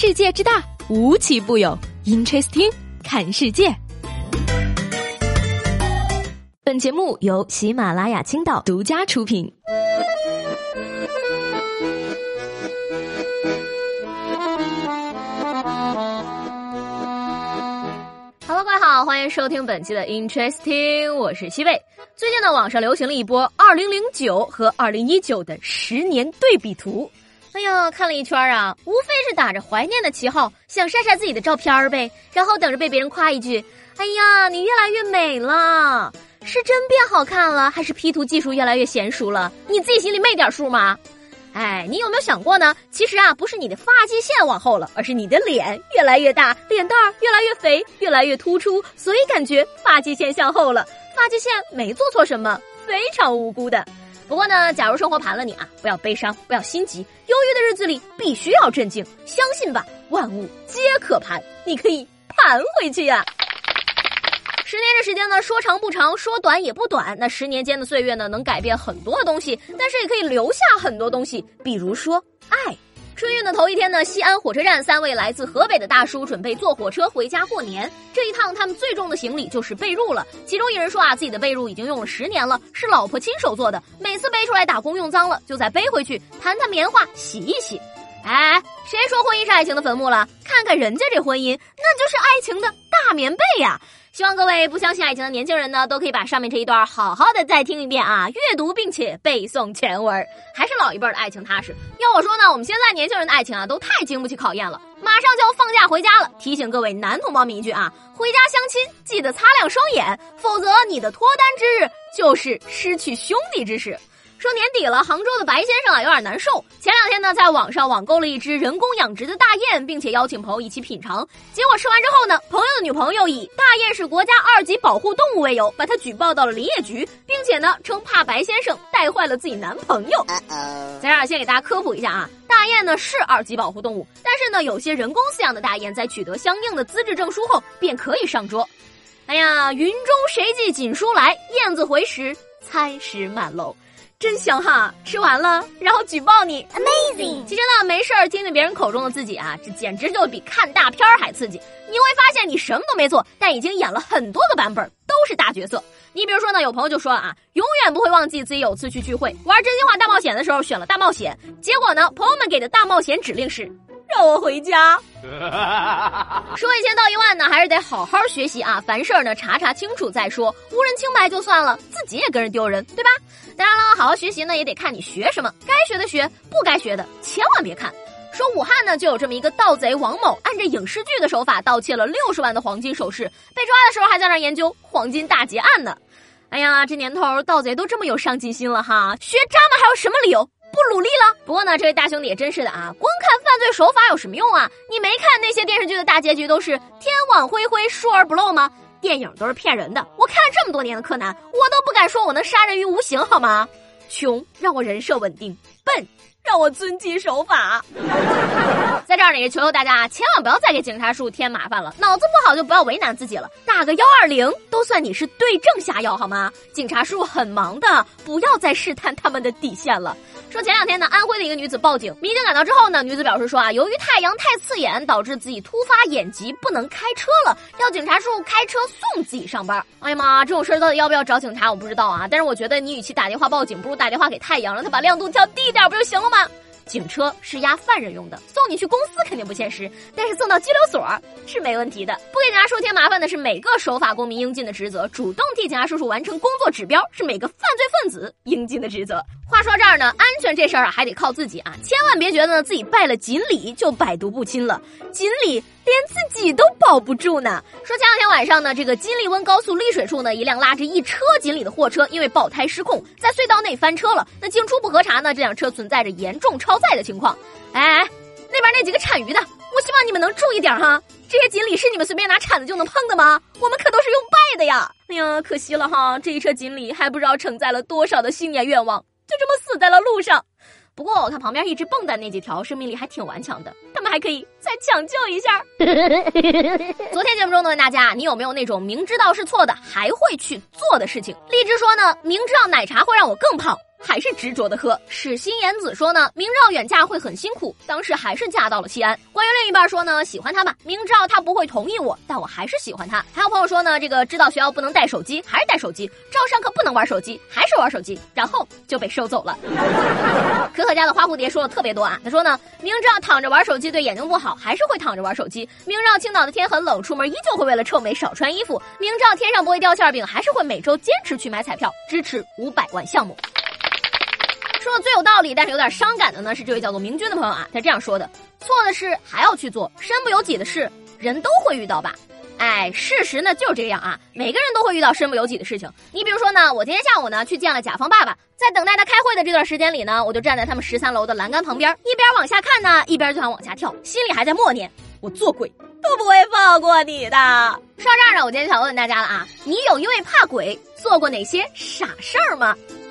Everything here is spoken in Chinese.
世界之大，无奇不有。Interesting， 看世界。本节目由喜马拉雅青岛独家出品。 Hello， 各位好，欢迎收听本期的 Interesting， 我是西贝。最近呢，网上流行了一波2009和2019的10年对比图。哎呀，看了一圈啊，无非是打着怀念的旗号，想晒晒自己的照片呗，然后等着被别人夸一句：“哎呀，你越来越美了。”是真变好看了，还是 P 图技术越来越娴熟了？你自己心里没点数吗？哎，你有没有想过呢？其实啊，不是你的发际线往后了，而是你的脸越来越大，脸蛋儿越来越肥，越来越突出，所以感觉发际线向后了。发际线没做错什么，非常无辜的。不过呢，假如生活盘了你啊，不要悲伤，不要心急，忧郁的日子里必须要镇静，相信吧，万物皆可盘，你可以盘回去呀。10年这时间呢，说长不长，说短也不短。那10年间的岁月呢，能改变很多的东西，但是也可以留下很多东西，比如说爱。春运的头一天呢，西安火车站3位来自河北的大叔准备坐火车回家过年。这一趟他们最重的行李就是被褥了。其中一人说啊，自己的被褥已经用了10年了，是老婆亲手做的，每次背出来打工用脏了，就再背回去弹弹棉花洗一洗。哎，谁说婚姻是爱情的坟墓了？看看人家这婚姻，那就是爱情的大棉被呀！希望各位不相信爱情的年轻人呢，都可以把上面这一段好好的再听一遍啊，阅读并且背诵全文。还是老一辈的爱情踏实。要我说呢，我们现在年轻人的爱情啊，都太经不起考验了。马上就要放假回家了，提醒各位男同胞们一句啊，回家相亲记得擦亮双眼，否则你的脱单之日就是失去兄弟之时。说年底了，杭州的白先生啊有点难受。前2天呢，在网上网购了一只人工养殖的大雁，并且邀请朋友一起品尝。结果吃完之后呢，朋友的女朋友以大雁是国家2级保护动物为由，把他举报到了林业局，并且呢，称怕白先生带坏了自己男朋友。在这儿先给大家科普一下啊，大雁呢是2级保护动物，但是呢，有些人工饲养的大雁在取得相应的资质证书后，便可以上桌。哎呀，云中谁寄锦书来，燕子回时餐食满楼。真香哈！吃完了，然后举报你 ，Amazing！ 其实呢，没事儿听听别人口中的自己啊，这简直就比看大片还刺激。你会发现你什么都没做，但已经演了很多个版本，都是大角色。你比如说呢，有朋友就说了啊，永远不会忘记自己有次去聚会玩真心话大冒险的时候选了大冒险，结果呢，朋友们给的大冒险指令是让我回家。说1000道1万呢，还是得好好学习啊！凡事呢查查清楚再说，无人清白就算了，自己也跟人丢人，对吧？当然了，好好学习呢也得看你学什么，该学的学，不该学的千万别看。说武汉呢就有这么一个盗贼王某，按着影视剧的手法盗窃了60万的黄金首饰，被抓的时候还在那研究黄金大劫案呢。哎呀，这年头盗贼都这么有上进心了哈，学渣们还有什么理由不努力了？不过呢，这位大兄弟也真是的啊，光看犯罪手法有什么用啊？你没看那些电视剧的大结局都是天网恢恢疏而不漏吗？电影都是骗人的。我看了这么多年的柯南，我都不敢说我能杀人于无形好吗？穷让我人设稳定，笨让我遵纪守法。在这儿呢，也求求大家千万不要再给警察叔叔添麻烦了，脑子不好就不要为难自己了，打个120都算你是对症下药好吗？警察叔叔很忙的，不要再试探他们的底线了。说前2天呢，安徽的一个女子报警，民警赶到之后呢，女子表示说啊，由于太阳太刺眼，导致自己突发眼疾，不能开车了，要警察叔叔开车送自己上班。哎呀妈，这种事到底要不要找警察我不知道啊，但是我觉得你与其打电话报警，不如打电话给太阳，让他把亮度调低一点不就行了吗？警车是押犯人用的，送你去公司肯定不现实，但是送到拘留所是没问题的。不给警察叔叔添麻烦的是每个守法公民应尽的职责，主动替警察叔叔完成工作指标是每个犯罪分子应尽的职责。话说这儿呢，安全这事儿啊还得靠自己啊，千万别觉得呢自己拜了锦鲤就百毒不侵了，锦鲤连自己都保不住呢。说前2天晚上呢，这个金利温高速丽水处呢，一辆拉着1车锦鲤的货车因为爆胎失控，在隧道内翻车了。那经初步核查呢，这辆车存在着严重超载的情况。哎，那边那几个产鱼的，我希望你们能注意点哈，这些锦鲤是你们随便拿铲子就能碰的吗？我们可都是用拜的呀！哎呀，可惜了哈，这一车锦鲤还不知道承载了多少的新年愿望，就这么死在了路上。不过我看旁边一直蹦跶那几条生命力还挺顽强的，他们还可以再抢救一下。昨天节目中呢，问大家你有没有那种明知道是错的还会去做的事情？荔枝说呢，明知道奶茶会让我更胖， 还是执着的喝。史心言子说呢，明照远嫁会很辛苦，当时还是嫁到了西安。关于另一半说呢，喜欢他吧，明照他不会同意我，但我还是喜欢他。还有朋友说呢，这个知道学校不能带手机，还是带手机；知道上课不能玩手机，还是玩手机，然后就被收走了。可可家的花蝴蝶说的特别多啊，他说呢，明照躺着玩手机对眼睛不好，还是会躺着玩手机。明照青岛的天很冷，出门依旧会为了臭美少穿衣服。明照天上不会掉馅饼，还是会每周坚持去买彩票，支持500万项目。说的最有道理但是有点伤感的呢，是这位叫做明君的朋友啊，他这样说的：错的事还要去做，身不由己的事人都会遇到吧。哎，事实呢就是这样啊，每个人都会遇到身不由己的事情。你比如说呢，我今天下午呢去见了甲方爸爸，在等待他开会的这段时间里呢，我就站在他们13楼的栏杆旁边，一边往下看呢，一边就想往下跳，心里还在默念：我做鬼都不会放过你的。说到这儿呢，我今天想问大家了啊，你有因为怕鬼做过哪些傻事儿吗？